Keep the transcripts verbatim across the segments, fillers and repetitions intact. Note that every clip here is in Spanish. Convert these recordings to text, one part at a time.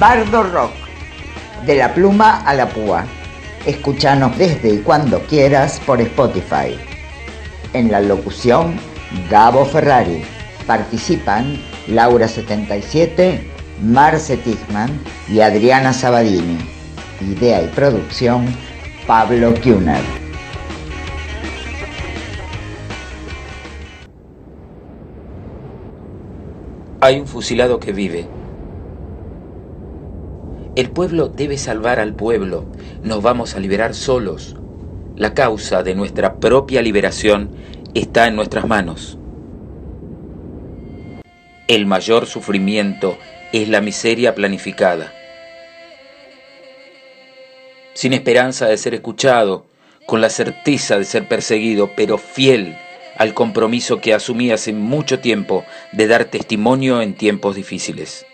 Bardo Rock, de la pluma a la púa. Escúchanos desde y cuando quieras por Spotify. En la locución, Gabo Ferrari. Participan Laura setenta y siete, Marce Tichman y Adriana Sabadini. Idea y producción, Pablo Kuhner. Hay un fusilado que vive. El pueblo debe salvar al pueblo. Nos vamos a liberar solos. La causa de nuestra propia liberación está en nuestras manos. El mayor sufrimiento es la miseria planificada. Sin esperanza de ser escuchado, con la certeza de ser perseguido, pero fiel al compromiso que asumí hace mucho tiempo de dar testimonio en tiempos difíciles.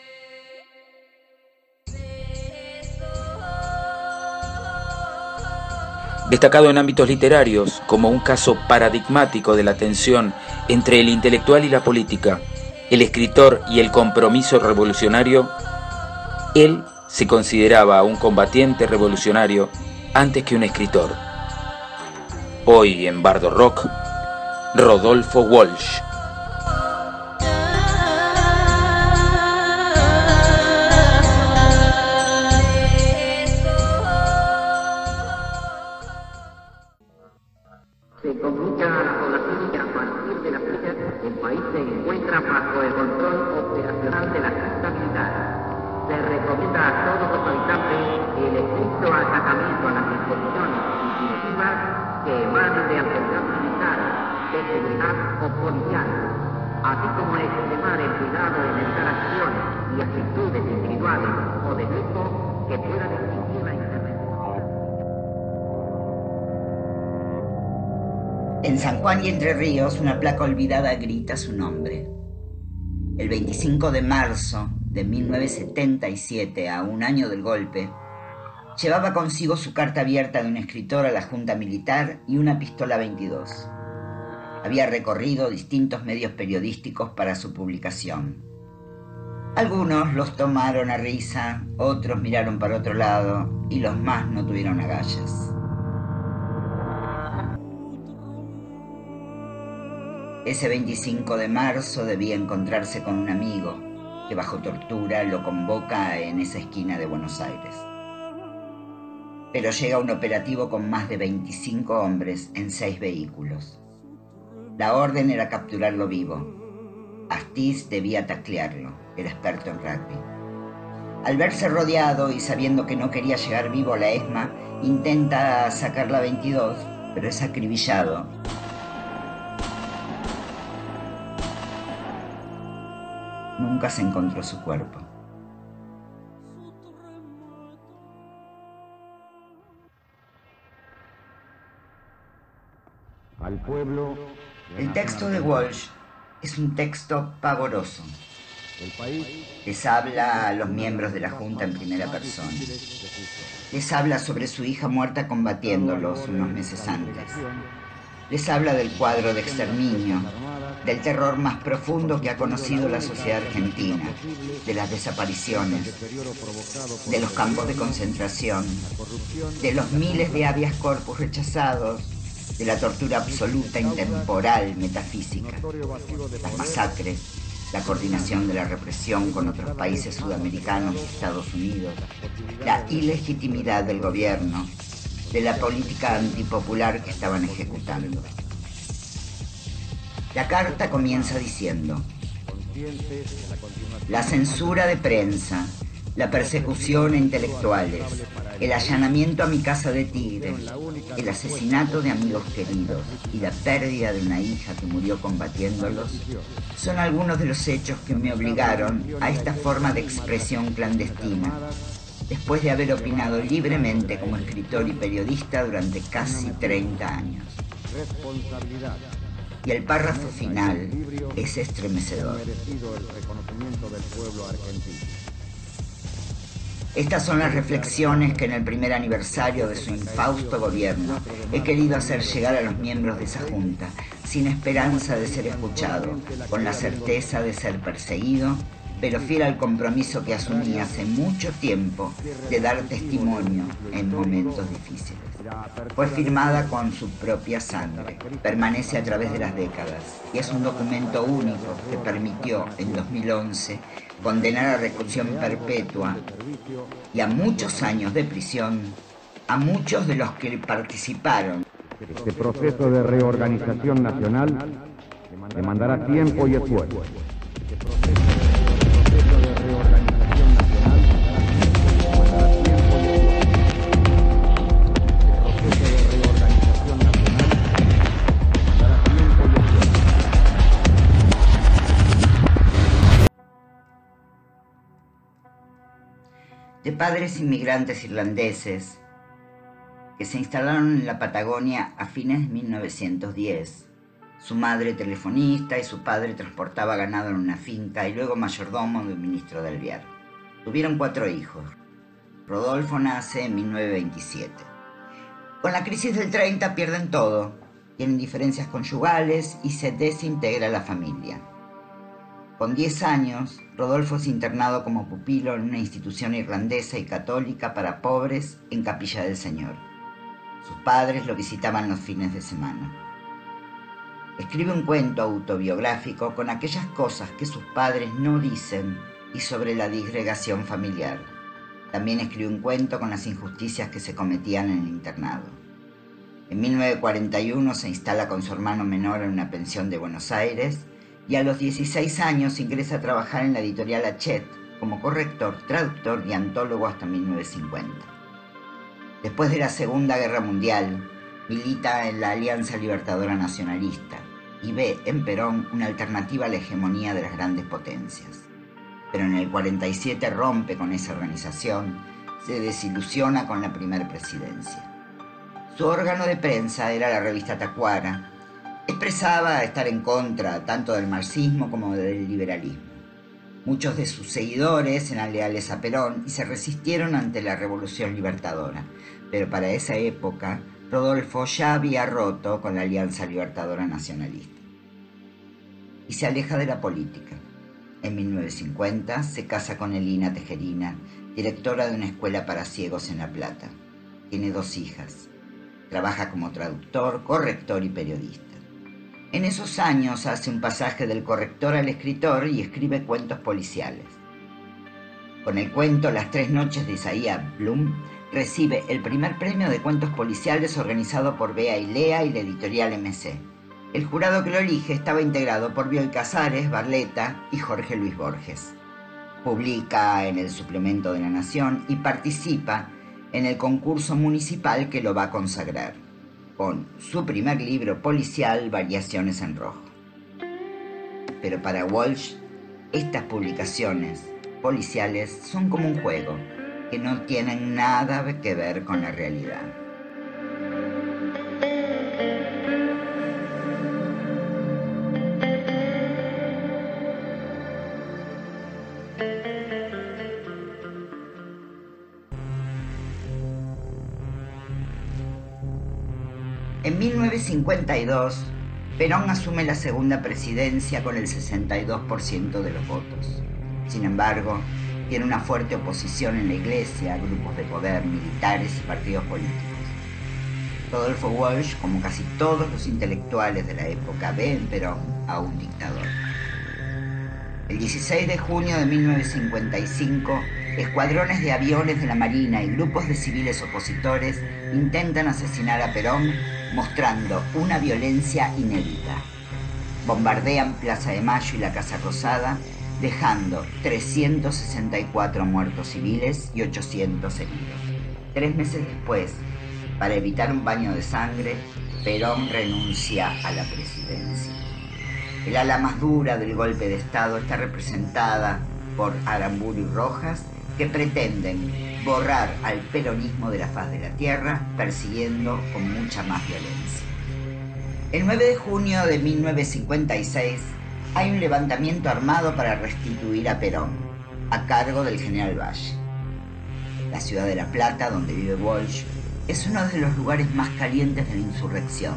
Destacado en ámbitos literarios como un caso paradigmático de la tensión entre el intelectual y la política, el escritor y el compromiso revolucionario, él se consideraba un combatiente revolucionario antes que un escritor. Hoy en Bardo Rock, Rodolfo Walsh. Se comunica a la población que a partir de la fecha el país se encuentra bajo el control operacional de la Junta Militar. Se recomienda a todos los habitantes el estricto acatamiento a las disposiciones definitivas que emanen de autoridad militar, de seguridad o policial, así como extremar el cuidado en evitar acciones y actitudes individuales o de grupo que puedan exigir la intervención. En San Juan y Entre Ríos, una placa olvidada grita su nombre. El veinticinco de marzo de mil novecientos setenta y siete, a un año del golpe, llevaba consigo su carta abierta de un escritor a la Junta Militar y una pistola veintidós. Había recorrido distintos medios periodísticos para su publicación. Algunos los tomaron a risa, otros miraron para otro lado y los más no tuvieron agallas. Ese veinticinco de marzo debía encontrarse con un amigo que bajo tortura lo convoca en esa esquina de Buenos Aires. Pero llega un operativo con más de veinticinco hombres en seis vehículos. La orden era capturarlo vivo. Astiz debía taclearlo, era experto en rugby. Al verse rodeado y sabiendo que no quería llegar vivo a la ESMA, intenta sacar la veintidós, pero es acribillado. Nunca se encontró su cuerpo. Al pueblo. El texto de Walsh es un texto pavoroso. El país Les habla a los miembros de la Junta en primera persona. Les habla sobre su hija muerta combatiéndolos unos meses antes. Les habla del cuadro de exterminio, del terror más profundo que ha conocido la sociedad argentina, de las desapariciones, de los campos de concentración, de los miles de habeas corpus rechazados, de la tortura absoluta, intemporal, metafísica, las masacres, la coordinación de la represión con otros países sudamericanos y Estados Unidos, la ilegitimidad del gobierno, de la política antipopular que estaban ejecutando. La carta comienza diciendo: la censura de prensa, la persecución a intelectuales, el allanamiento a mi casa de Tigre, el asesinato de amigos queridos y la pérdida de una hija que murió combatiéndolos son algunos de los hechos que me obligaron a esta forma de expresión clandestina, después de haber opinado libremente como escritor y periodista durante casi treinta años. Y el párrafo final es estremecedor. Estas son las reflexiones que en el primer aniversario de su infausto gobierno he querido hacer llegar a los miembros de esa junta, sin esperanza de ser escuchado, con la certeza de ser perseguido pero fiel al compromiso que asumía hace mucho tiempo de dar testimonio en momentos difíciles. Fue firmada con su propia sangre, permanece a través de las décadas y es un documento único que permitió en dos mil once condenar a reclusión perpetua y a muchos años de prisión a muchos de los que participaron. Este proceso de reorganización nacional demandará tiempo y esfuerzo. De padres inmigrantes irlandeses que se instalaron en la Patagonia a fines de mil novecientos diez. Su madre telefonista y su padre transportaba ganado en una finca y luego mayordomo de un ministro de Alvear. Tuvieron cuatro hijos. Rodolfo nace en mil novecientos veintisiete. Con la crisis del treinta pierden todo, tienen diferencias conyugales y se desintegra la familia. Con diez años, Rodolfo es internado como pupilo en una institución irlandesa y católica para pobres en Capilla del Señor. Sus padres lo visitaban los fines de semana. Escribe un cuento autobiográfico con aquellas cosas que sus padres no dicen y sobre la disgregación familiar. También escribe un cuento con las injusticias que se cometían en el internado. En mil novecientos cuarenta y uno se instala con su hermano menor en una pensión de Buenos Aires y a los dieciséis años ingresa a trabajar en la editorial Hachette como corrector, traductor y antólogo hasta mil novecientos cincuenta. Después de la Segunda Guerra Mundial, milita en la Alianza Libertadora Nacionalista y ve en Perón una alternativa a la hegemonía de las grandes potencias. Pero en el cuarenta y siete rompe con esa organización, se desilusiona con la primera presidencia. Su órgano de prensa era la revista Tacuara. Expresaba estar en contra tanto del marxismo como del liberalismo. Muchos de sus seguidores eran leales a Perón y se resistieron ante la Revolución Libertadora, pero para esa época Rodolfo ya había roto con la Alianza Libertadora Nacionalista y se aleja de la política. En mil novecientos cincuenta se casa con Elina Tejerina, directora de una escuela para ciegos en La Plata. Tiene dos hijas. Trabaja como traductor, corrector y periodista. En esos años hace un pasaje del corrector al escritor y escribe cuentos policiales. Con el cuento Las tres noches de Isaías Blum recibe el primer premio de cuentos policiales organizado por Bea y Lea y la editorial M C. El jurado que lo elige estaba integrado por Bioy Casares, Barletta y Jorge Luis Borges. Publica en el Suplemento de la Nación y participa en el concurso municipal que lo va a consagrar, con su primer libro policial, Variaciones en Rojo. Pero para Walsh, estas publicaciones policiales son como un juego, que no tienen nada que ver con la realidad. En mil novecientos cincuenta y dos, Perón asume la segunda presidencia con el sesenta y dos por ciento de los votos. Sin embargo, tiene una fuerte oposición en la iglesia, grupos de poder, militares y partidos políticos. Rodolfo Walsh, como casi todos los intelectuales de la época, ve en Perón a un dictador. El dieciséis de junio de mil novecientos cincuenta y cinco, escuadrones de aviones de la Marina y grupos de civiles opositores intentan asesinar a Perón, mostrando una violencia inédita. Bombardean Plaza de Mayo y la Casa Rosada, dejando trescientos sesenta y cuatro muertos civiles y ochocientos heridos. Tres meses después, para evitar un baño de sangre, Perón renuncia a la presidencia. El ala más dura del golpe de Estado está representada por Aramburu y Rojas, que pretenden borrar al peronismo de la faz de la tierra, persiguiendo con mucha más violencia. El nueve de junio de mil novecientos cincuenta y seis hay un levantamiento armado para restituir a Perón, a cargo del general Valle. La ciudad de La Plata, donde vive Walsh, es uno de los lugares más calientes de la insurrección.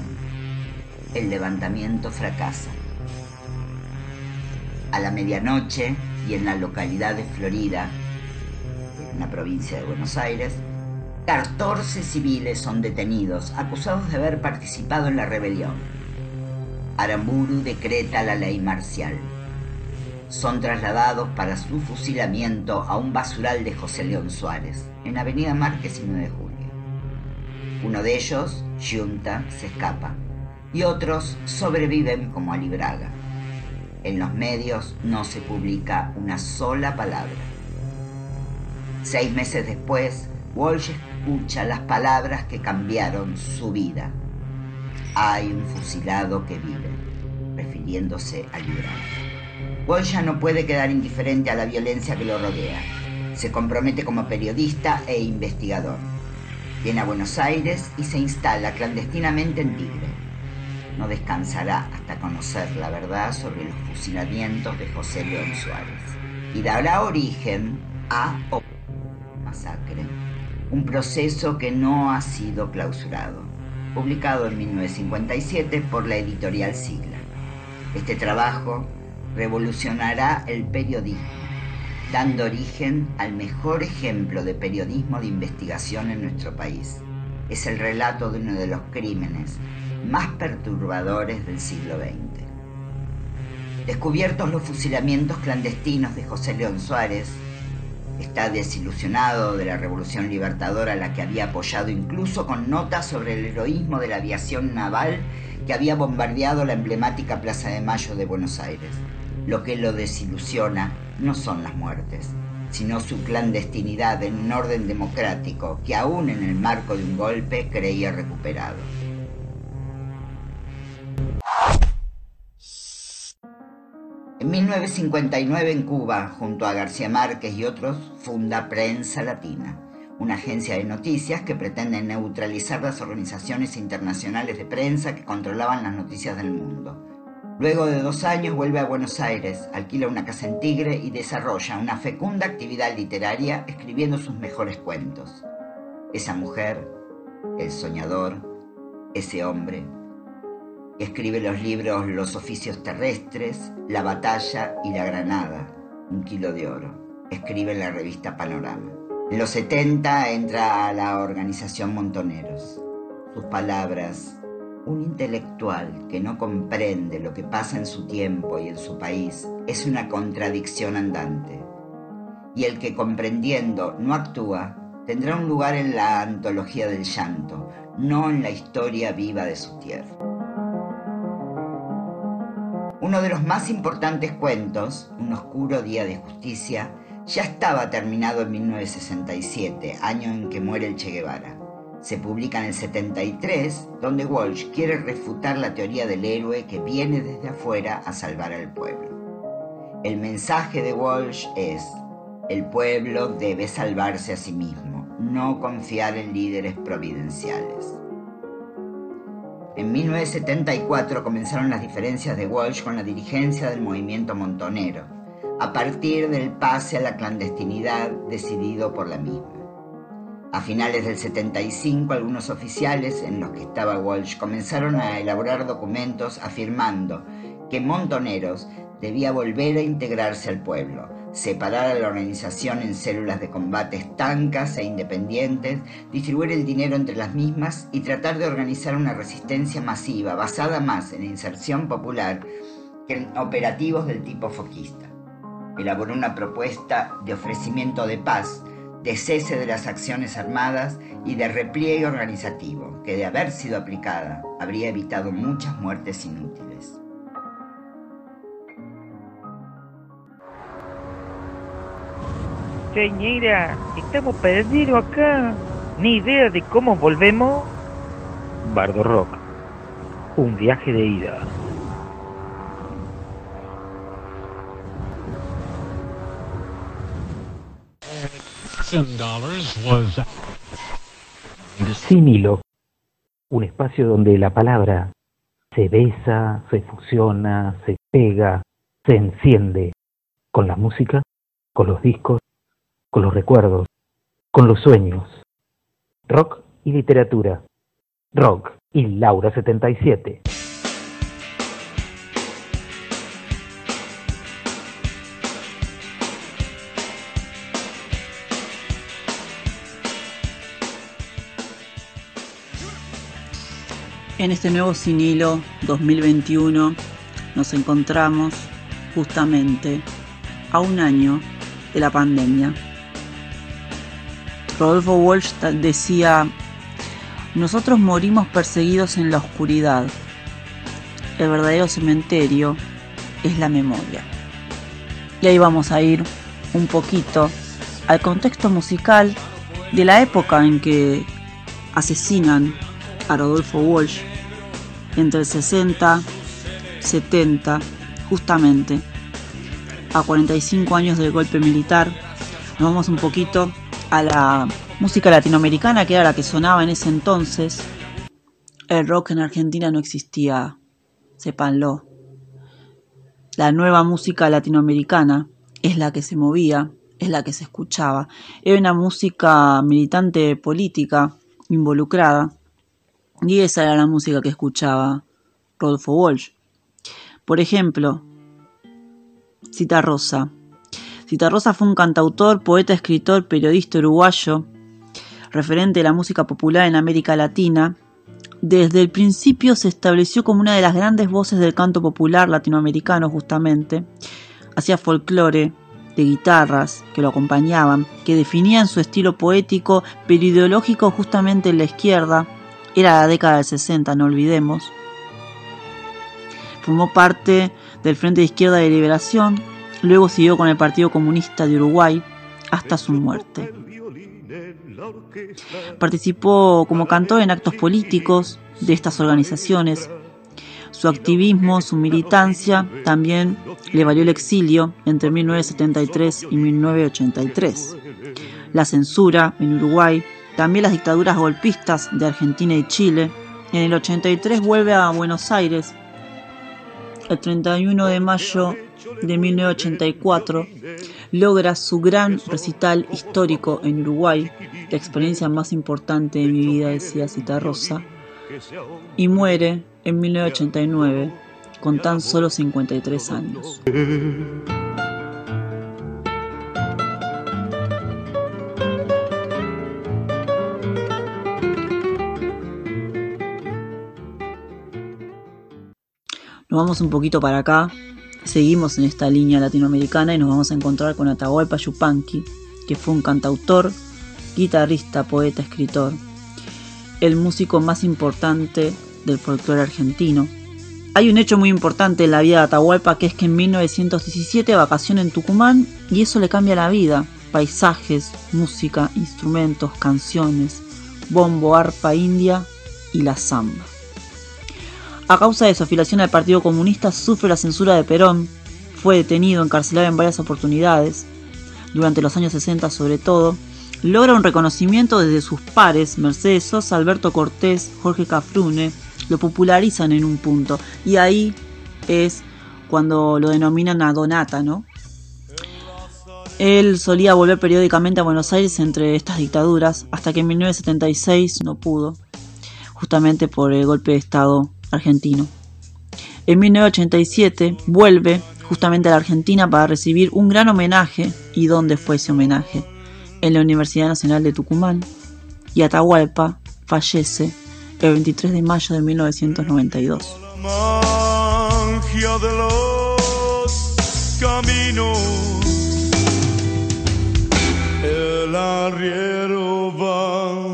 El levantamiento fracasa. A la medianoche, y en la localidad de Florida, en la provincia de Buenos Aires, catorce civiles son detenidos, acusados de haber participado en la rebelión. Aramburu decreta la ley marcial. Son trasladados para su fusilamiento a un basural de José León Suárez, en Avenida Márquez y nueve de julio. Uno de ellos, Giunta, se escapa, y otros sobreviven como Ali Braga. En los medios no se publica una sola palabra. Seis meses después, Walsh escucha las palabras que cambiaron su vida. Hay un fusilado que vive, refiriéndose a Ali Braga. Walsh ya no puede quedar indiferente a la violencia que lo rodea. Se compromete como periodista e investigador. Viene a Buenos Aires y se instala clandestinamente en Tigre. No descansará hasta conocer la verdad sobre los fusilamientos de José León Suárez y dará origen a Masacre, un proceso que no ha sido clausurado, publicado en mil novecientos cincuenta y siete por la editorial Sigla. Este trabajo revolucionará el periodismo, dando origen al mejor ejemplo de periodismo de investigación en nuestro país. Es el relato de uno de los crímenes más perturbadores del siglo veinte. Descubiertos los fusilamientos clandestinos de José León Suárez, está desilusionado de la Revolución Libertadora, a la que había apoyado incluso con notas sobre el heroísmo de la aviación naval que había bombardeado la emblemática Plaza de Mayo de Buenos Aires. Lo que lo desilusiona no son las muertes, sino su clandestinidad en un orden democrático que aún en el marco de un golpe creía recuperado. En mil novecientos cincuenta y nueve, en Cuba, junto a García Márquez y otros, funda Prensa Latina, una agencia de noticias que pretende neutralizar las organizaciones internacionales de prensa que controlaban las noticias del mundo. Luego de dos años vuelve a Buenos Aires, alquila una casa en Tigre y desarrolla una fecunda actividad literaria escribiendo sus mejores cuentos. Esa mujer, el soñador, ese hombre, que escribe los libros Los oficios terrestres, La batalla y La granada, un kilo de oro. Escribe en la revista Panorama. En los setenta entra a la organización Montoneros. Sus palabras: un intelectual que no comprende lo que pasa en su tiempo y en su país es una contradicción andante. Y el que comprendiendo no actúa tendrá un lugar en la antología del llanto, no en la historia viva de su tierra. Uno de los más importantes cuentos, Un oscuro día de justicia, ya estaba terminado en mil novecientos sesenta y siete, año en que muere el Che Guevara. Se publica en el setenta y tres, donde Walsh quiere refutar la teoría del héroe que viene desde afuera a salvar al pueblo. El mensaje de Walsh es: el pueblo debe salvarse a sí mismo, no confiar en líderes providenciales. En mil novecientos setenta y cuatro comenzaron las diferencias de Walsh con la dirigencia del movimiento montonero, a partir del pase a la clandestinidad decidido por la misma. A finales del setenta y cinco, algunos oficiales, en los que estaba Walsh, comenzaron a elaborar documentos afirmando que Montoneros debía volver a integrarse al pueblo, separar a la organización en células de combate estancas e independientes, distribuir el dinero entre las mismas y tratar de organizar una resistencia masiva basada más en inserción popular que en operativos del tipo foquista. Elaboró una propuesta de ofrecimiento de paz, de cese de las acciones armadas y de repliegue organizativo, que de haber sido aplicada habría evitado muchas muertes inútiles. Señora, estamos perdidos acá. Ni idea de cómo volvemos. Bardo Rock, un viaje de ida. Símilo, un espacio donde la palabra se besa, se fusiona, se pega, se enciende con la música, con los discos, con los recuerdos, con los sueños. Rock y literatura. Rock y Laura setenta y siete. En este nuevo Sin Hilo dos mil veintiuno nos encontramos justamente a un año de la pandemia. Rodolfo Walsh decía: nosotros morimos perseguidos en la oscuridad. El verdadero cementerio es la memoria. Y ahí vamos a ir un poquito al contexto musical de la época en que asesinan a Rodolfo Walsh, entre el sesenta y setenta, justamente a cuarenta y cinco años del golpe militar. Nos vamos un poquito a la música latinoamericana, que era la que sonaba en ese entonces. El rock en Argentina no existía, sépanlo. La nueva música latinoamericana es la que se movía, es la que se escuchaba. Era una música militante política, involucrada, y esa era la música que escuchaba Rodolfo Walsh. Por ejemplo, Citarrosa. Citarrosa fue un cantautor, poeta, escritor, periodista uruguayo, referente de la música popular en América Latina. Desde el principio se estableció como una de las grandes voces del canto popular latinoamericano, justamente. Hacía folclore de guitarras que lo acompañaban, que definían su estilo poético, pero ideológico justamente en la izquierda. Era la década del sesenta, no olvidemos. Formó parte del Frente de Izquierda de Liberación, luego siguió con el Partido Comunista de Uruguay hasta su muerte. Participó como cantor en actos políticos de estas organizaciones. Su activismo, su militancia también le valió el exilio entre mil novecientos setenta y tres y mil novecientos ochenta y tres. La censura en Uruguay, también las dictaduras golpistas de Argentina y Chile. En el ochenta y tres vuelve a Buenos Aires. El treinta y uno de mayo de mil novecientos ochenta y cuatro logra su gran recital histórico en Uruguay, la experiencia más importante de mi vida, decía Citarrosa, y muere en mil novecientos ochenta y nueve con tan solo cincuenta y tres años. Nos vamos un poquito para acá, seguimos en esta línea latinoamericana y nos vamos a encontrar con Atahualpa Yupanqui, que fue un cantautor, guitarrista, poeta, escritor, el músico más importante del folclore argentino. Hay un hecho muy importante en la vida de Atahualpa, que es que en mil novecientos diecisiete vacaciona en Tucumán y eso le cambia la vida. Paisajes, música, instrumentos, canciones, bombo, arpa india y la samba. A causa de su afiliación al Partido Comunista sufre la censura de Perón, fue detenido, encarcelado en varias oportunidades, durante los años sesenta sobre todo. Logra un reconocimiento desde sus pares, Mercedes Sosa, Alberto Cortés, Jorge Cafrune, lo popularizan en un punto, y ahí es cuando lo denominan a Donata, ¿no? Él solía volver periódicamente a Buenos Aires entre estas dictaduras, hasta que en mil novecientos setenta y seis no pudo, justamente por el golpe de Estado argentino. En mil novecientos ochenta y siete vuelve justamente a la Argentina para recibir un gran homenaje. ¿Y dónde fue ese homenaje? En la Universidad Nacional de Tucumán. Y Atahualpa fallece el veintitrés de mayo de mil novecientos noventa y dos. La magia de los caminos, el arriero va.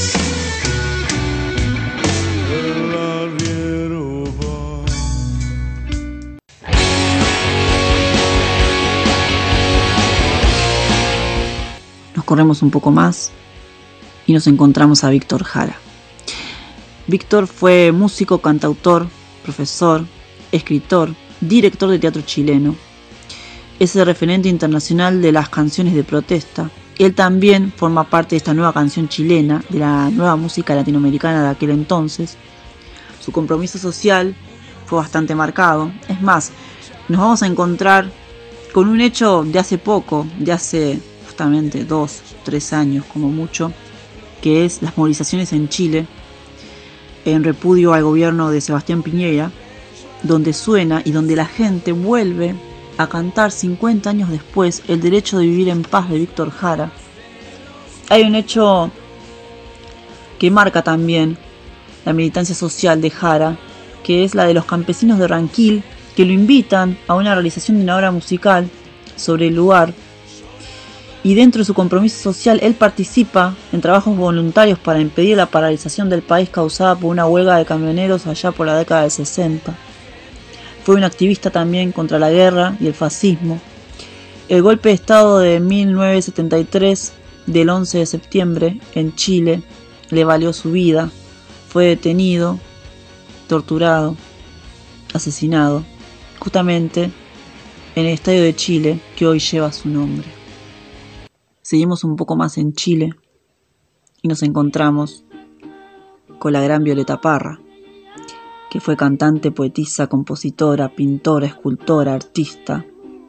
Nos corremos un poco más y nos encontramos a Víctor Jara. Víctor fue músico, cantautor, profesor, escritor, director de teatro chileno. Es el referente internacional de las canciones de protesta. Él también forma parte de esta nueva canción chilena, de la nueva música latinoamericana de aquel entonces. Su compromiso social fue bastante marcado. Es más, nos vamos a encontrar con un hecho de hace poco, de hace justamente dos, tres años como mucho, que es las movilizaciones en Chile, en repudio al gobierno de Sebastián Piñera, donde suena y donde la gente vuelve a cantar cincuenta años después El derecho de vivir en paz de Víctor Jara. Hay un hecho que marca también la militancia social de Jara, que es la de los campesinos de Ranquil, que lo invitan a una realización de una obra musical sobre el lugar. Y dentro de su compromiso social, él participa en trabajos voluntarios para impedir la paralización del país causada por una huelga de camioneros allá por la década del sesenta. Fue un activista también contra la guerra y el fascismo. El golpe de Estado de mil novecientos setenta y tres, del once de septiembre, en Chile, le valió su vida. Fue detenido, torturado, asesinado, justamente en el estadio de Chile que hoy lleva su nombre. Seguimos un poco más en Chile y nos encontramos con la gran Violeta Parra, que fue cantante, poetisa, compositora, pintora, escultora, artista.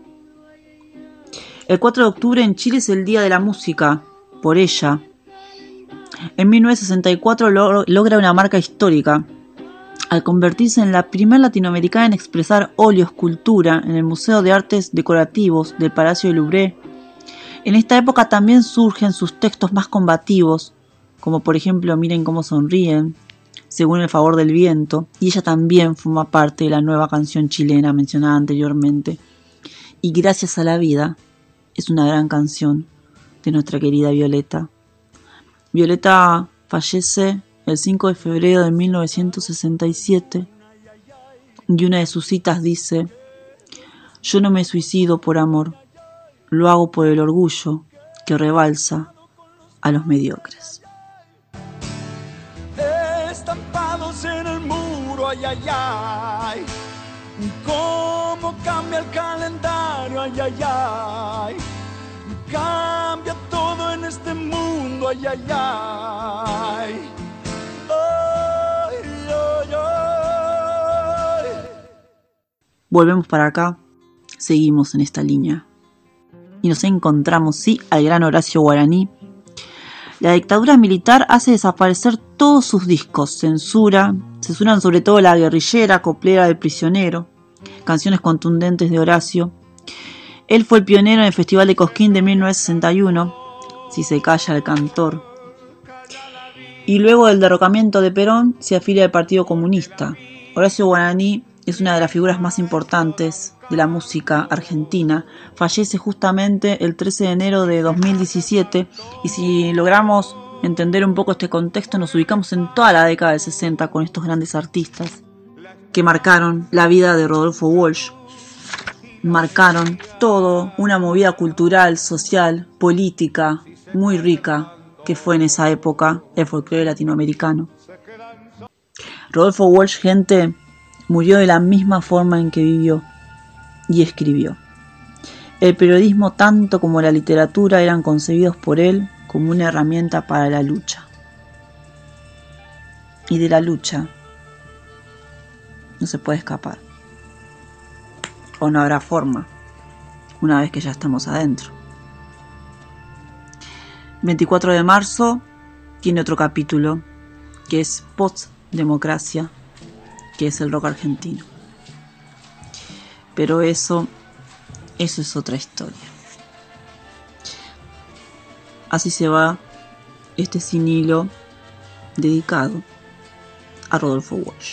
El cuatro de octubre en Chile es el Día de la Música, por ella. En mil novecientos sesenta y cuatro lo- logra una marca histórica al convertirse en la primera latinoamericana en expresar óleo escultura en el Museo de Artes Decorativos del Palacio de Louvre. En esta época también surgen sus textos más combativos, como por ejemplo Miren cómo sonríen, Según el favor del viento, y ella también forma parte de la nueva canción chilena mencionada anteriormente. Y Gracias a la vida es una gran canción de nuestra querida Violeta. Violeta fallece el cinco de febrero de mil novecientos sesenta y siete y una de sus citas dice: yo no me suicido por amor, lo hago por el orgullo que rebalsa a los mediocres. Estampados en el muro, ay, ay, ay, cómo cambia el calendario, ay, ay, ay, cambia todo en este mundo, ay, ay, ay, ay, ay, ay. Volvemos para acá, seguimos en esta línea y nos encontramos, sí, al gran Horacio Guaraní. La dictadura militar hace desaparecer todos sus discos, censura, censuran sobre todo La guerrillera, Coplera del prisionero, canciones contundentes de Horacio. Él fue el pionero en el Festival de Cosquín de mil novecientos sesenta y uno, Si se calla el cantor. Y luego del derrocamiento de Perón se afilia al Partido Comunista. Horacio Guaraní es una de las figuras más importantes de la música argentina. Fallece justamente el trece de enero de dos mil diecisiete y si logramos entender un poco este contexto nos ubicamos en toda la década del sesenta con estos grandes artistas que marcaron la vida de Rodolfo Walsh, marcaron todo una movida cultural, social, política muy rica que fue en esa época el folclore latinoamericano. Rodolfo Walsh, gente, murió de la misma forma en que vivió y escribió. El periodismo tanto como la literatura eran concebidos por él como una herramienta para la lucha. Y de la lucha no se puede escapar. O no habrá forma, una vez que ya estamos adentro. veinticuatro de marzo tiene otro capítulo, que es Post-Democracia, que es el rock argentino. Pero eso, eso es otra historia. Así se va este sin hilo dedicado a Rodolfo Walsh.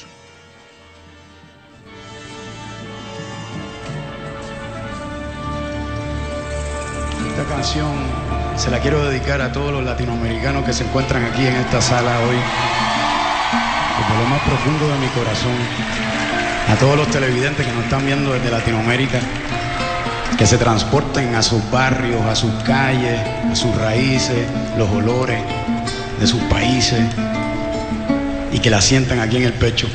Esta canción se la quiero dedicar a todos los latinoamericanos que se encuentran aquí en esta sala hoy. Desde lo más profundo de mi corazón, a todos los televidentes que nos están viendo desde Latinoamérica, que se transporten a sus barrios, a sus calles, a sus raíces, los olores de sus países y que la sientan aquí en el pecho.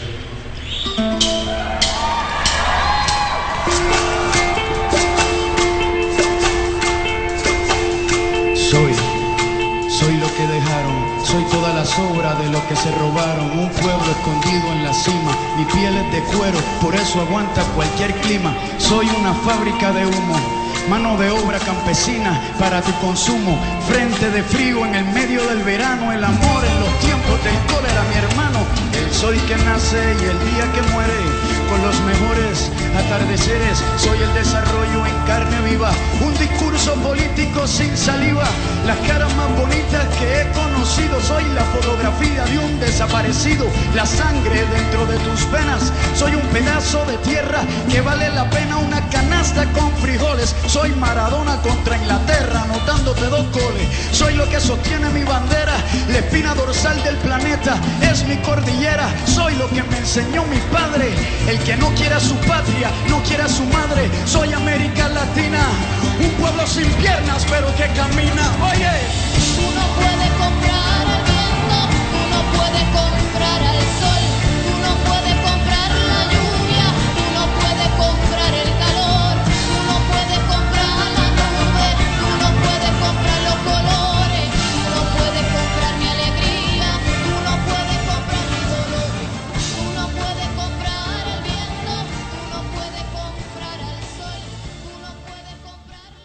Soy, soy lo que dejaron, soy toda la sobra de lo que se robaron, un pueblo escondido en la cima, mi piel es de cuero, por eso aguanta cualquier clima, soy una fábrica de humo, mano de obra campesina para tu consumo, frente de frío en el medio del verano, el amor en los tiempos del cólera, mi hermano, el sol que nace y el día que muere, con los mejores atardeceres, soy el desarrollo en carne viva, un discurso político sin saliva, las caras más bonitas que he conocido, soy la fotografía de un desaparecido. desaparecido, la sangre dentro de tus venas. Soy un pedazo de tierra que vale la pena una canasta con frijoles. Soy Maradona contra Inglaterra, anotándote dos goles. Soy lo que sostiene mi bandera, la espina dorsal del planeta es mi cordillera. Soy lo que me enseñó mi padre, el que no quiera su patria, no quiera su madre. Soy América Latina, un pueblo sin piernas pero que camina. Oye, tú no puedes comprar al viento, tú no puedes comprar al sol, tú no puedes comprar la lluvia, tú no puedes comprar el calor, tú no puedes comprar la nube, tú no puedes comprar los colores, tú no puedes comprar mi alegría, tú no puedes comprar mi dolor, tú no puedes comprar el viento, tú no puedes comprar al sol, tú no puedes comprar la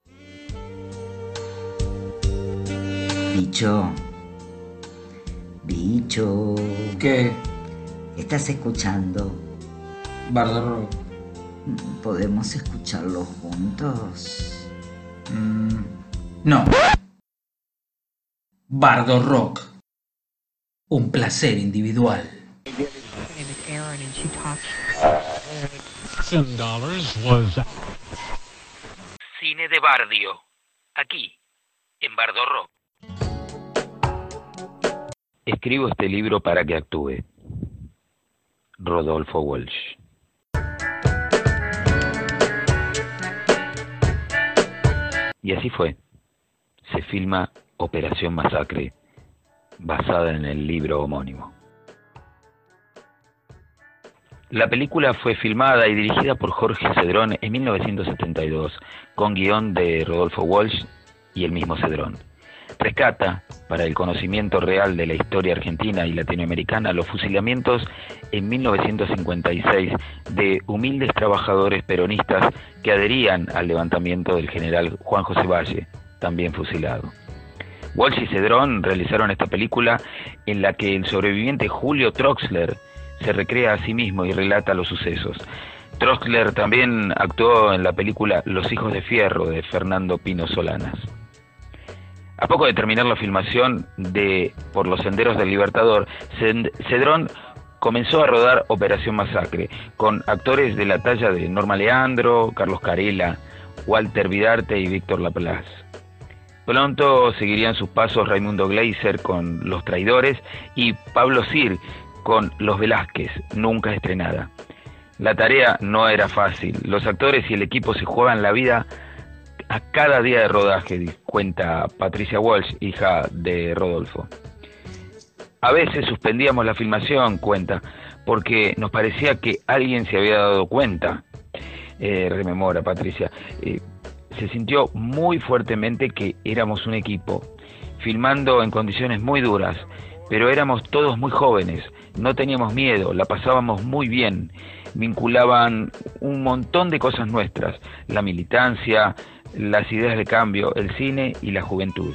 lluvia. Bicho, bicho, ¿Qué? ¿estás escuchando? Bardo Rock. ¿Podemos escucharlo juntos? Mm, no. Bardo Rock. Un placer individual. Cine de Bardio. Aquí, en Bardo Rock. Escribo este libro para que actúe. Rodolfo Walsh. Y así fue. Se filma Operación Masacre, basada en el libro homónimo. La película fue filmada y dirigida por Jorge Cedrón en mil novecientos setenta y dos, con guión de Rodolfo Walsh y el mismo Cedrón. Rescata, para el conocimiento real de la historia argentina y latinoamericana, los fusilamientos en mil novecientos cincuenta y seis de humildes trabajadores peronistas que adherían al levantamiento del general Juan José Valle, también fusilado. Walsh y Cedrón realizaron esta película en la que el sobreviviente Julio Troxler se recrea a sí mismo y relata los sucesos. Troxler también actuó en la película Los Hijos de Fierro de Fernando Pino Solanas. A poco de terminar la filmación de Por los Senderos del Libertador, Cedrón comenzó a rodar Operación Masacre, con actores de la talla de Norma Leandro, Carlos Carela, Walter Vidarte y Víctor Laplace. Pronto seguirían sus pasos Raimundo Gleiser con Los Traidores y Pablo Sir con Los Velázquez, nunca estrenada. La tarea no era fácil, los actores y el equipo se jugaban la vida a cada día de rodaje, cuenta Patricia Walsh, hija de Rodolfo. A veces suspendíamos la filmación, cuenta, porque nos parecía que alguien se había dado cuenta, eh, rememora Patricia. Eh, se sintió muy fuertemente que éramos un equipo, filmando en condiciones muy duras, pero éramos todos muy jóvenes, no teníamos miedo, la pasábamos muy bien, vinculaban un montón de cosas nuestras, la militancia, las ideas de cambio, el cine y la juventud.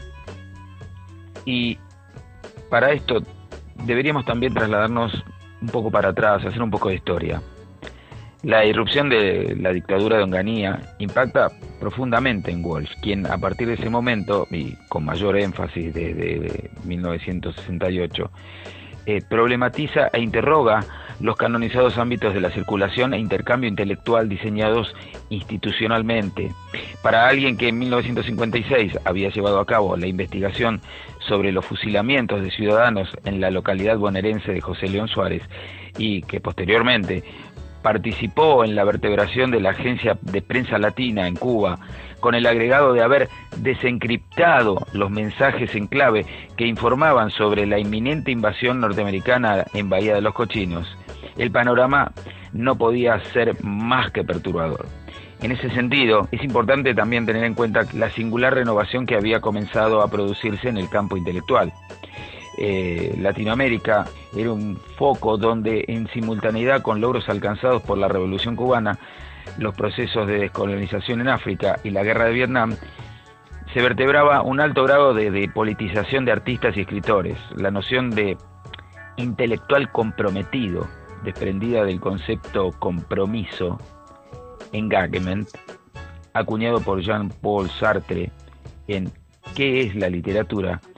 Y para esto deberíamos también trasladarnos un poco para atrás, hacer un poco de historia. La irrupción de la dictadura de Onganía impacta profundamente en Walsh, quien a partir de ese momento, y con mayor énfasis desde mil novecientos sesenta y ocho, eh, problematiza e interroga los canonizados ámbitos de la circulación e intercambio intelectual diseñados institucionalmente. Para alguien que en mil novecientos cincuenta y seis había llevado a cabo la investigación sobre los fusilamientos de ciudadanos en la localidad bonaerense de José León Suárez y que posteriormente participó en la vertebración de la Agencia de Prensa Latina en Cuba, con el agregado de haber desencriptado los mensajes en clave que informaban sobre la inminente invasión norteamericana en Bahía de los Cochinos, el panorama no podía ser más que perturbador. En ese sentido, es importante también tener en cuenta la singular renovación que había comenzado a producirse en el campo intelectual. Eh, Latinoamérica era un foco donde, en simultaneidad con logros alcanzados por la Revolución Cubana, los procesos de descolonización en África y la guerra de Vietnam, se vertebraba un alto grado de, de politización de artistas y escritores. La noción de intelectual comprometido, desprendida del concepto compromiso, engagement, acuñado por Jean-Paul Sartre en ¿Qué es la literatura?,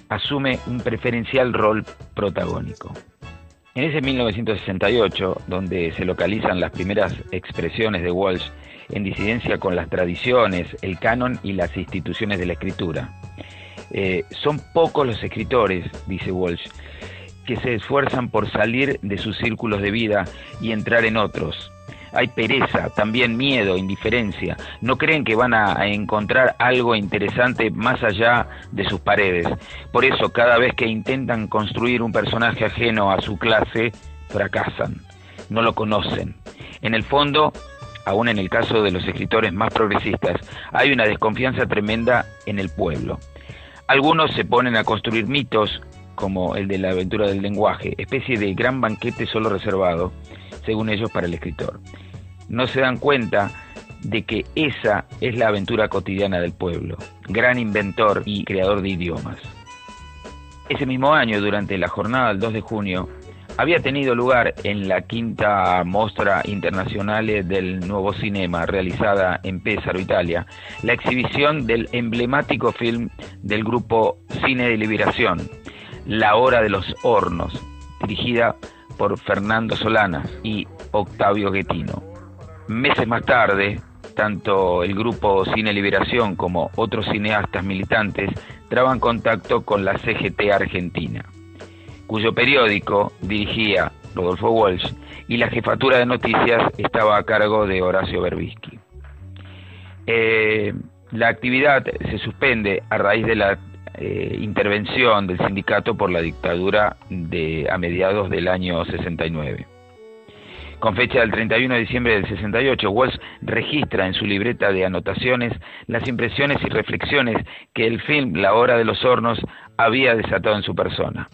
asume un preferencial rol protagónico. En ese mil novecientos sesenta y ocho, donde se localizan las primeras expresiones de Walsh en disidencia con las tradiciones, el canon y las instituciones de la escritura. Eh, son pocos los escritores, dice Walsh, que se esfuerzan por salir de sus círculos de vida y entrar en otros. Hay pereza, también miedo, indiferencia. No creen que van a encontrar algo interesante más allá de sus paredes. Por eso, cada vez que intentan construir un personaje ajeno a su clase, fracasan. No lo conocen. En el fondo, aún en el caso de los escritores más progresistas, hay una desconfianza tremenda en el pueblo. Algunos se ponen a construir mitos, como el de la aventura del lenguaje, especie de gran banquete solo reservado, según ellos, para el escritor. No se dan cuenta de que esa es la aventura cotidiana del pueblo, gran inventor y creador de idiomas. Ese mismo año, durante la jornada del dos de junio, había tenido lugar en la quinta Mostra Internazionale del Nuevo Cinema, realizada en Pesaro, Italia, la exhibición del emblemático film del grupo Cine de Liberación, La Hora de los Hornos, dirigida por Fernando Solanas y Octavio Guettino. Meses más tarde, tanto el grupo Cine Liberación como otros cineastas militantes traban contacto con la C G T Argentina, cuyo periódico dirigía Rodolfo Walsh y la jefatura de noticias estaba a cargo de Horacio Berbisky. Eh, la actividad se suspende a raíz de la eh, intervención del sindicato por la dictadura de, a mediados del año sesenta y nueve. Con fecha del treinta y uno de diciembre del sesenta y ocho, Walsh registra en su libreta de anotaciones las impresiones y reflexiones que el film La Hora de los Hornos había desatado en su persona.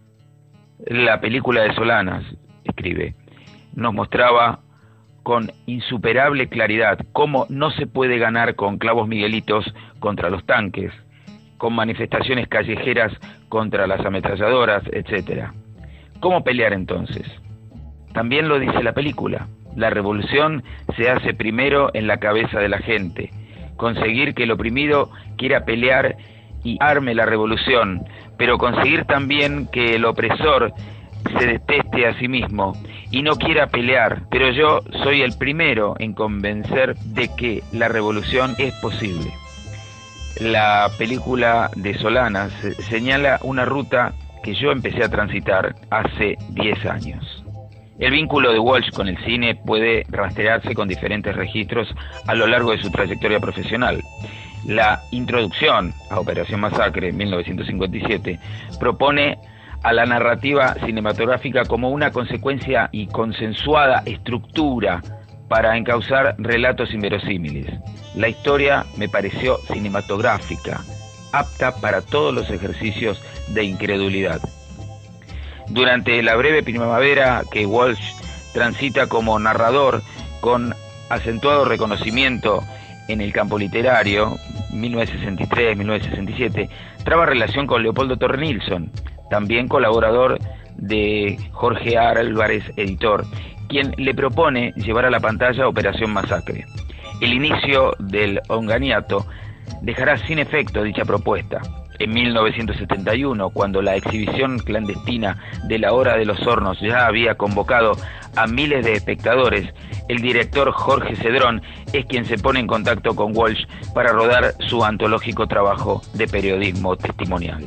La película de Solanas, escribe, nos mostraba con insuperable claridad cómo no se puede ganar con clavos miguelitos contra los tanques, con manifestaciones callejeras contra las ametralladoras, etcétera. ¿Cómo pelear entonces? También lo dice la película. La revolución se hace primero en la cabeza de la gente. Conseguir que el oprimido quiera pelear y arme la revolución, pero conseguir también que el opresor se deteste a sí mismo y no quiera pelear. Pero yo soy el primero en convencer de que la revolución es posible. La película de Solanas señala una ruta que yo empecé a transitar hace diez años. El vínculo de Walsh con el cine puede rastrearse con diferentes registros a lo largo de su trayectoria profesional. La introducción a Operación Masacre, mil novecientos cincuenta y siete, propone a la narrativa cinematográfica como una consecuencia y consensuada estructura para encauzar relatos inverosímiles. La historia me pareció cinematográfica, apta para todos los ejercicios de incredulidad. Durante la breve primavera que Walsh transita como narrador con acentuado reconocimiento en el campo literario, mil novecientos sesenta y tres a mil novecientos sesenta y siete, traba relación con Leopoldo Torre Nilsson, también colaborador de Jorge Álvarez, editor, quien le propone llevar a la pantalla Operación Masacre. El inicio del Onganiato dejará sin efecto dicha propuesta. En mil novecientos setenta y uno, cuando la exhibición clandestina de La Hora de los Hornos ya había convocado a miles de espectadores, el director Jorge Cedrón es quien se pone en contacto con Walsh para rodar su antológico trabajo de periodismo testimonial.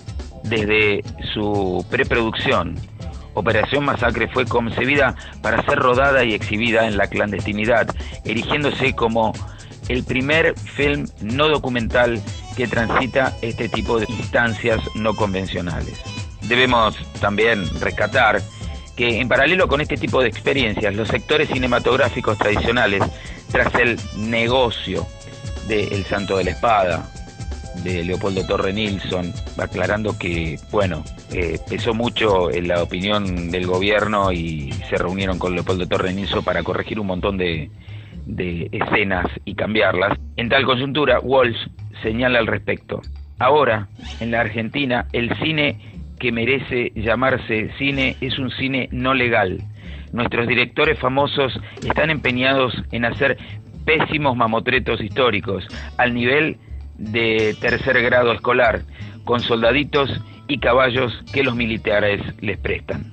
Desde su preproducción, Operación Masacre fue concebida para ser rodada y exhibida en la clandestinidad, erigiéndose como el primer film no documental que transita este tipo de instancias no convencionales. Debemos también rescatar que en paralelo con este tipo de experiencias, los sectores cinematográficos tradicionales, tras el negocio de El Santo de la Espada, de Leopoldo Torre Nilsson, aclarando que, bueno, eh, pesó mucho en la opinión del gobierno y se reunieron con Leopoldo Torre Nilsson para corregir un montón de, de escenas y cambiarlas. En tal coyuntura, Walsh señala al respecto: ahora, en la Argentina, el cine que merece llamarse cine es un cine no legal. Nuestros directores famosos están empeñados en hacer pésimos mamotretos históricos, al nivel de tercer grado escolar, con soldaditos y caballos que los militares les prestan.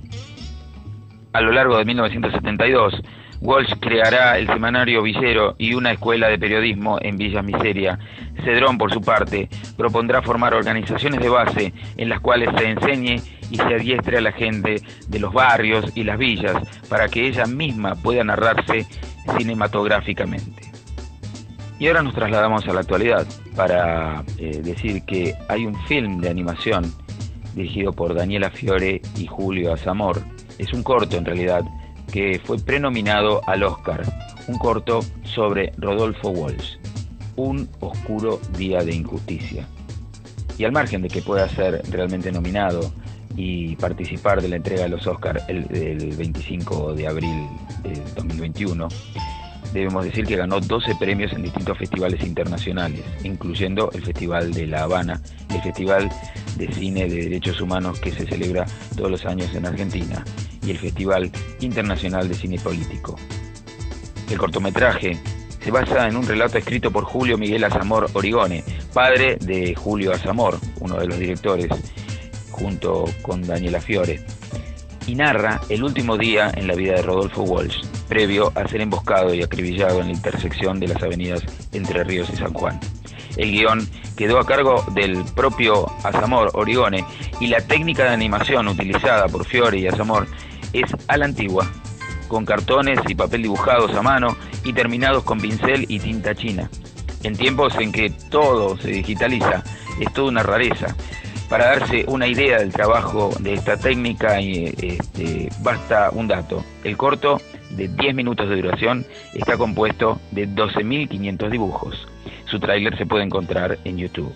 A lo largo de mil novecientos setenta y dos, Walsh creará el semanario Villero y una escuela de periodismo en Villa Miseria. Cedrón, por su parte, propondrá formar organizaciones de base en las cuales se enseñe y se adiestre a la gente de los barrios y las villas para que ella misma pueda narrarse cinematográficamente. Y ahora nos trasladamos a la actualidad para eh, decir que hay un film de animación dirigido por Daniela Fiore y Julio Azamor. Es un corto, en realidad, que fue prenominado al Oscar, un corto sobre Rodolfo Walsh, Un oscuro día de injusticia. Y al margen de que pueda ser realmente nominado y participar de la entrega de los Oscars el, el veinticinco de abril del dos mil veintiuno, debemos decir que ganó doce premios en distintos festivales internacionales, incluyendo el Festival de La Habana, el Festival de Cine de Derechos Humanos que se celebra todos los años en Argentina, y el Festival Internacional de Cine Político. El cortometraje se basa en un relato escrito por Julio Miguel Azamor Origone, padre de Julio Azamor, uno de los directores, junto con Daniela Fiore, y narra el último día en la vida de Rodolfo Walsh, previo a ser emboscado y acribillado en la intersección de las avenidas Entre Ríos y San Juan. El guión quedó a cargo del propio Azamor Origone y la técnica de animación utilizada por Fiore y Azamor es a la antigua, con cartones y papel dibujados a mano y terminados con pincel y tinta china. En tiempos en que todo se digitaliza, es toda una rareza. Para darse una idea del trabajo de esta técnica, este, basta un dato. El corto, de diez minutos de duración, está compuesto de doce mil quinientos dibujos. Su tráiler se puede encontrar en YouTube.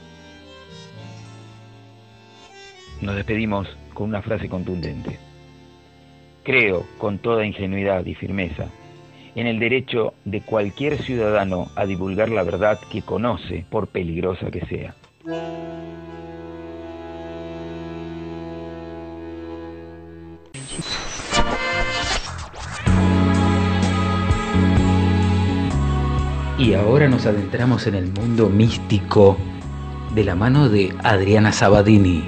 Nos despedimos con una frase contundente. Creo, con toda ingenuidad y firmeza, en el derecho de cualquier ciudadano a divulgar la verdad que conoce, por peligrosa que sea. Y ahora nos adentramos en el mundo místico de la mano de Adriana Sabadini.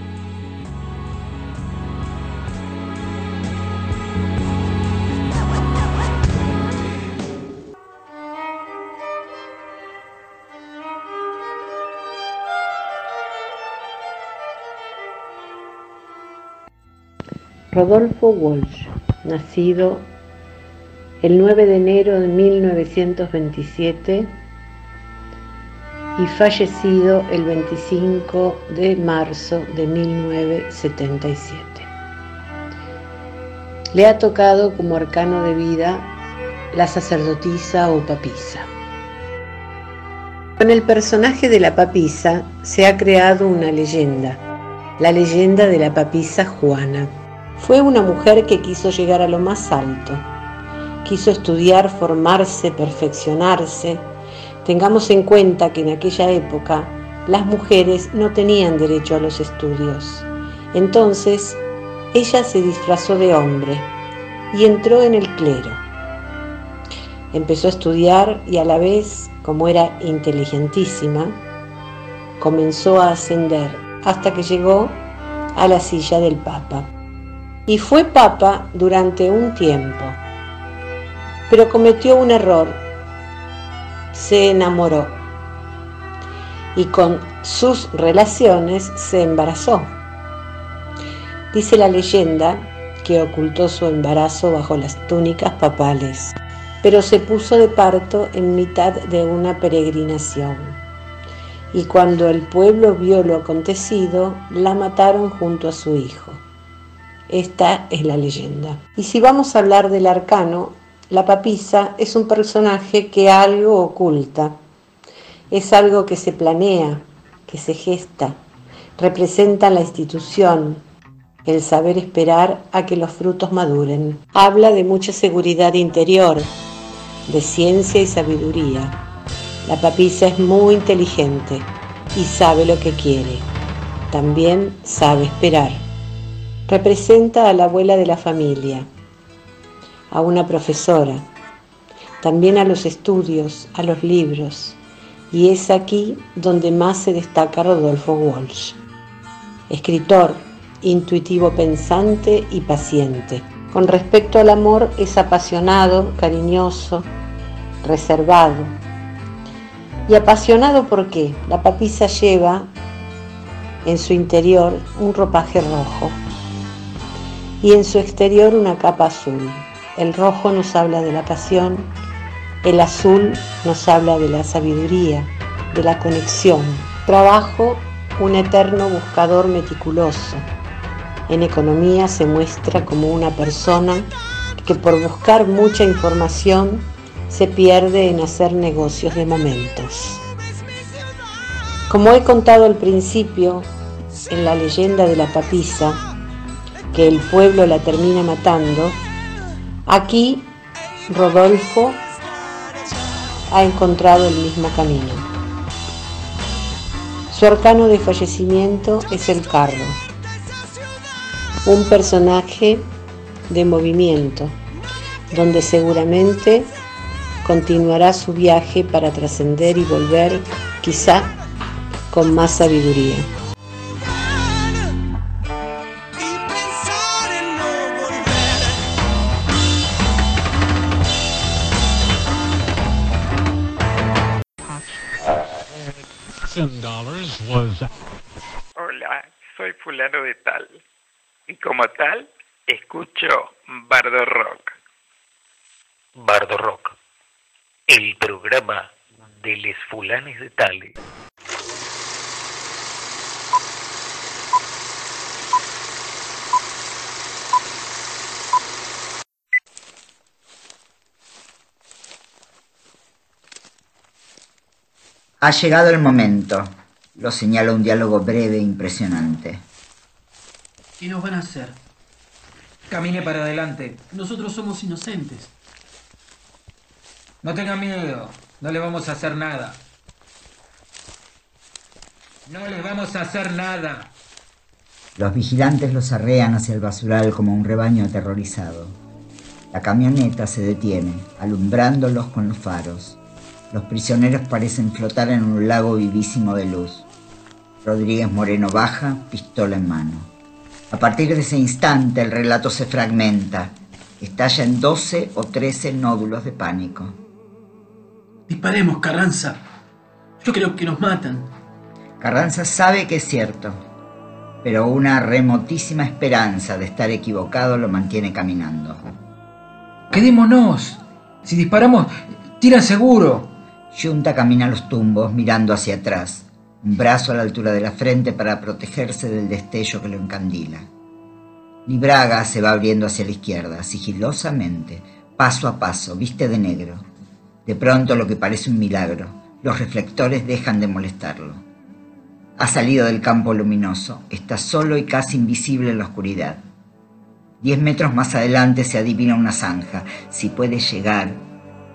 Rodolfo Walsh, nacido el nueve de enero de mil novecientos veintisiete y fallecido el veinticinco de marzo de mil novecientos setenta y siete. Le ha tocado como arcano de vida la sacerdotisa o papisa. Con el personaje de la papisa se ha creado una leyenda, la leyenda de la papisa Juana. Fue una mujer que quiso llegar a lo más alto. Quiso estudiar, formarse, perfeccionarse. Tengamos en cuenta que en aquella época las mujeres no tenían derecho a los estudios. Entonces, ella se disfrazó de hombre y entró en el clero. Empezó a estudiar y a la vez, como era inteligentísima, comenzó a ascender hasta que llegó a la silla del Papa. Y fue Papa durante un tiempo. Pero cometió un error, se enamoró y con sus relaciones se embarazó. Dice la leyenda que ocultó su embarazo bajo las túnicas papales, pero se puso de parto en mitad de una peregrinación. Y cuando el pueblo vio lo acontecido, la mataron junto a su hijo. Esta es la leyenda. Y si vamos a hablar del arcano, la papisa es un personaje que algo oculta, es algo que se planea, que se gesta, representa la institución, el saber esperar a que los frutos maduren. Habla de mucha seguridad interior, de ciencia y sabiduría. La papisa es muy inteligente y sabe lo que quiere. También sabe esperar. Representa a la abuela de la familia, a una profesora, también a los estudios, a los libros, Y es aquí donde más se destaca Rodolfo Walsh. Escritor, intuitivo pensante y paciente. Con respecto al amor es apasionado, cariñoso, reservado. Y apasionado porque la papisa lleva en su interior un ropaje rojo y en su exterior una capa azul. El rojo nos habla de la pasión, el azul nos habla de la sabiduría, de la conexión. Trabajo, un eterno buscador meticuloso. En economía se muestra como una persona que por buscar mucha información se pierde en hacer negocios de momentos. Como he contado al principio, en la leyenda de la papisa, que el pueblo la termina matando, aquí Rodolfo ha encontrado el mismo camino. Su arcano de fallecimiento es el carro, un personaje de movimiento, donde seguramente continuará su viaje para trascender y volver, quizá con más sabiduría. Hola, soy fulano de tal. Y como tal, escucho Bardo Rock. Bardo Rock, el programa de les fulanes de tales. Ha llegado el momento, lo señala un diálogo breve e impresionante. ¿Qué nos van a hacer? Camine para adelante. Nosotros somos inocentes. No tenga miedo, no le vamos a hacer nada. No les vamos a hacer nada. Los vigilantes los arrean hacia el basural como un rebaño aterrorizado. La camioneta se detiene, alumbrándolos con los faros. Los prisioneros parecen flotar en un lago vivísimo de luz. Rodríguez Moreno baja, pistola en mano. A partir de ese instante el relato se fragmenta, estalla en doce o trece nódulos de pánico. Disparemos, Carranza. Yo creo que nos matan. Carranza sabe que es cierto, pero una remotísima esperanza de estar equivocado lo mantiene caminando. ¡Quedémonos! Si disparamos, tiran seguro. Yunta camina a los tumbos mirando hacia atrás. Un brazo a la altura de la frente para protegerse del destello que lo encandila. Libraga se va abriendo hacia la izquierda, sigilosamente, paso a paso, viste de negro. De pronto lo que parece un milagro, los reflectores dejan de molestarlo. Ha salido del campo luminoso, está solo y casi invisible en la oscuridad. Diez metros más adelante se adivina una zanja, si puede llegar.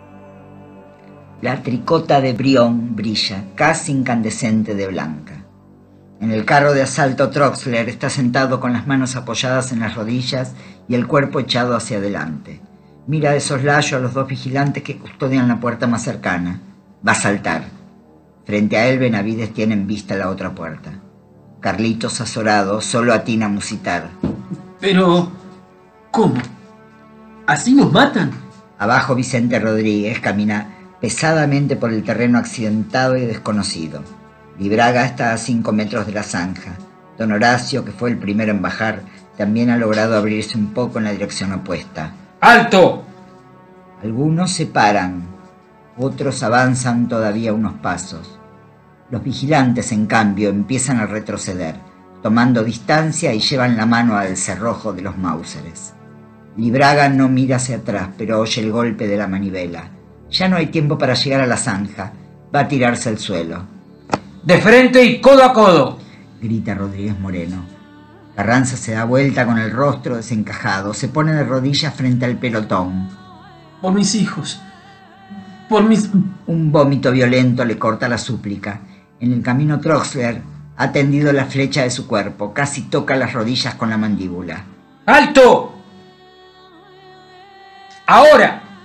La tricota de Brión brilla, casi incandescente de blanca. En el carro de asalto Troxler está sentado con las manos apoyadas en las rodillas y el cuerpo echado hacia adelante. Mira de soslayo a los dos vigilantes que custodian la puerta más cercana. Va a saltar. Frente a él Benavides tiene en vista la otra puerta. Carlitos, azorado, solo atina a musitar. Pero, ¿cómo? ¿Así nos matan? Abajo Vicente Rodríguez camina pesadamente por el terreno accidentado y desconocido. Libraga está a cinco metros de la zanja. Don Horacio, que fue el primero en bajar, también ha logrado abrirse un poco en la dirección opuesta. ¡Alto! Algunos se paran, otros avanzan todavía unos pasos. Los vigilantes, en cambio, empiezan a retroceder, tomando distancia y llevan la mano al cerrojo de los Mauseres. Libraga no mira hacia atrás, pero oye el golpe de la manivela. Ya no hay tiempo para llegar a la zanja. Va a tirarse al suelo. ¡De frente y codo a codo!, grita Rodríguez Moreno. Carranza se da vuelta con el rostro desencajado. Se pone de rodillas frente al pelotón. Por mis hijos. Por mis... Un vómito violento le corta la súplica. En el camino Troxler ha tendido la flecha de su cuerpo. Casi toca las rodillas con la mandíbula. ¡Alto! ¡Ahora!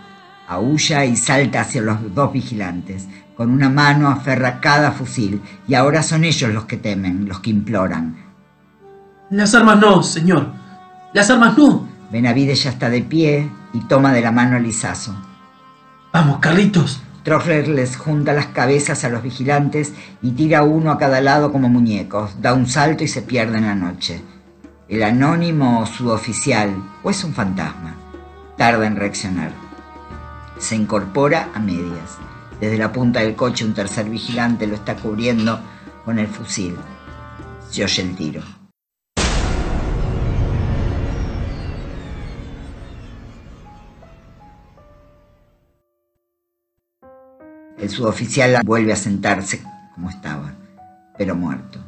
Aúlla y salta hacia los dos vigilantes. Con una mano aferra cada fusil y ahora son ellos los que temen, los que imploran. Las armas no, señor. Las armas no. Benavides ya está de pie y toma de la mano a Lizazo. Vamos, Carlitos. Trofler les junta las cabezas a los vigilantes y tira uno a cada lado como muñecos. Da un salto y se pierde en la noche. El anónimo suboficial, o es un fantasma, tarda en reaccionar. Se incorpora a medias. Desde la punta del coche un tercer vigilante lo está cubriendo con el fusil. Se oye el tiro. El suboficial vuelve a sentarse como estaba, pero muerto.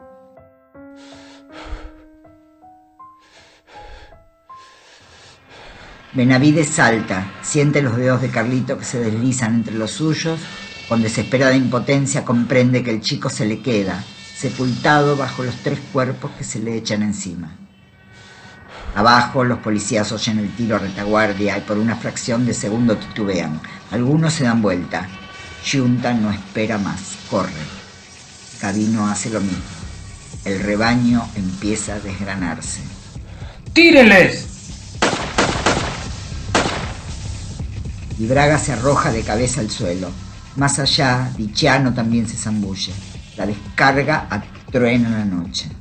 Benavides salta, siente los dedos de Carlito que se deslizan entre los suyos. Con desesperada impotencia comprende que el chico se le queda, sepultado bajo los tres cuerpos que se le echan encima. Abajo los policías oyen el tiro a retaguardia y por una fracción de segundo titubean. Algunos se dan vuelta. Giunta no espera más, corre. Gavino hace lo mismo. El rebaño empieza a desgranarse. ¡Tírenles! Y Braga se arroja de cabeza al suelo. Más allá, Dicciano también se zambulle. La descarga atruena la noche.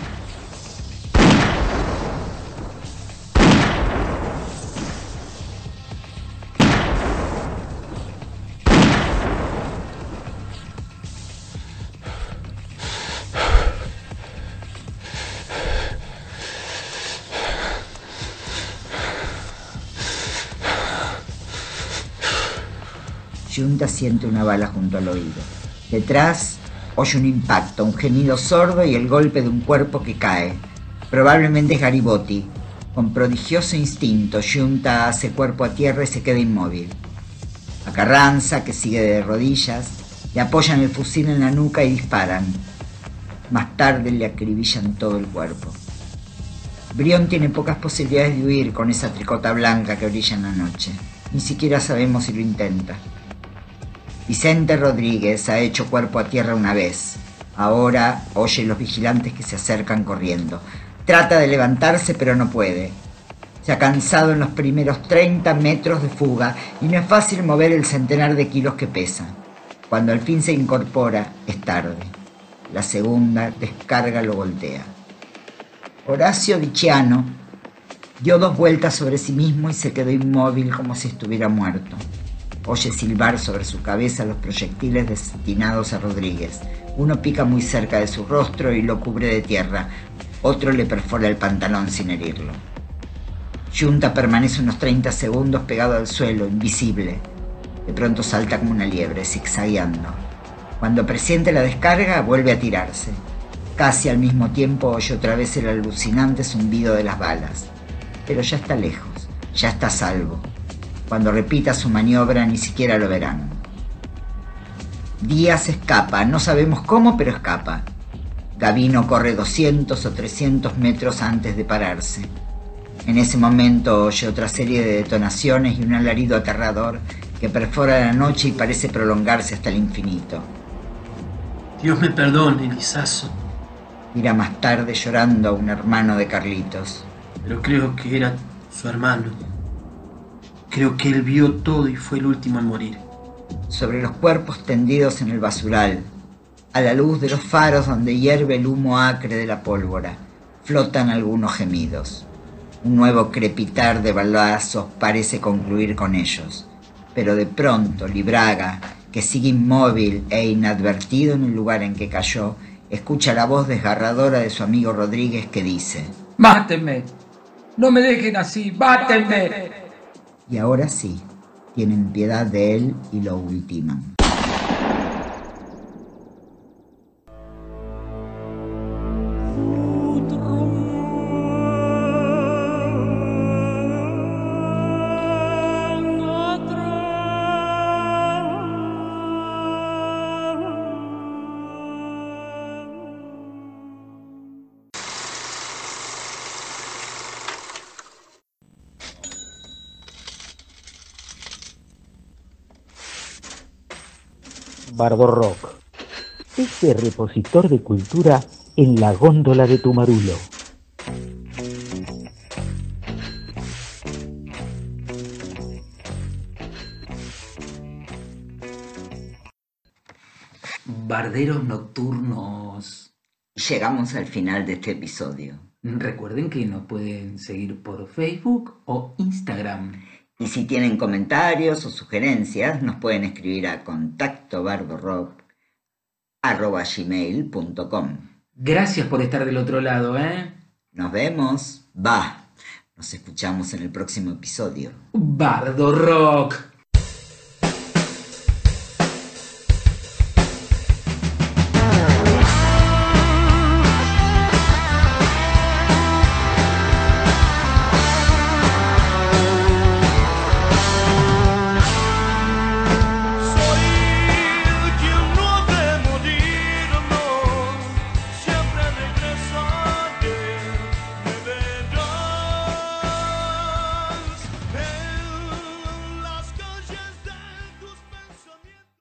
Giunta siente una bala junto al oído. Detrás oye un impacto, un gemido sordo y el golpe de un cuerpo que cae. Probablemente es Garibotti. Con prodigioso instinto, Giunta hace cuerpo a tierra y se queda inmóvil. A Carranza, que sigue de rodillas, le apoyan el fusil en la nuca y disparan. Más tarde le acribillan todo el cuerpo. Brión tiene pocas posibilidades de huir con esa tricota blanca que brilla en la noche. Ni siquiera sabemos si lo intenta. Vicente Rodríguez ha hecho cuerpo a tierra una vez. Ahora oye los vigilantes que se acercan corriendo. Trata de levantarse pero no puede. Se ha cansado en los primeros treinta metros de fuga y no es fácil mover el centenar de kilos que pesa. Cuando al fin se incorpora, es tarde. La segunda descarga lo voltea. Horacio Dicciano dio dos vueltas sobre sí mismo y se quedó inmóvil como si estuviera muerto. Oye silbar sobre su cabeza los proyectiles destinados a Rodríguez. Uno pica muy cerca de su rostro y lo cubre de tierra. Otro le perfora el pantalón sin herirlo. Giunta permanece unos treinta segundos pegado al suelo, invisible. De pronto salta como una liebre, zigzagueando. Cuando presiente la descarga, vuelve a tirarse. Casi al mismo tiempo oye otra vez el alucinante zumbido de las balas. Pero ya está lejos, ya está a salvo. Cuando repita su maniobra ni siquiera lo verán. Díaz escapa, no sabemos cómo, pero escapa. Gavino corre doscientos o trescientos metros antes de pararse. En ese momento oye otra serie de detonaciones y un alarido aterrador que perfora la noche y parece prolongarse hasta el infinito. Dios me perdone, Lizazo. Dirá más tarde llorando a un hermano de Carlitos. Pero creo que era su hermano. Creo que él vio todo y fue el último en morir. Sobre los cuerpos tendidos en el basural, a la luz de los faros donde hierve el humo acre de la pólvora, flotan algunos gemidos. Un nuevo crepitar de balazos parece concluir con ellos. Pero de pronto Libraga, que sigue inmóvil e inadvertido en el lugar en que cayó, escucha la voz desgarradora de su amigo Rodríguez que dice: ¡Mátenme! ¡No me dejen así! ¡Mátenme! Y ahora sí, tienen piedad de él y lo ultiman. Bardo Rock, ese repositor de cultura en la góndola de tu marulo. Barderos nocturnos. Llegamos al final de este episodio. Recuerden que nos pueden seguir por Facebook o Instagram. Y si tienen comentarios o sugerencias, nos pueden escribir a contacto bardorock arroba gmail punto com. Gracias por estar del otro lado, ¿eh? Nos vemos. Va. Nos escuchamos en el próximo episodio. Bardo Rock.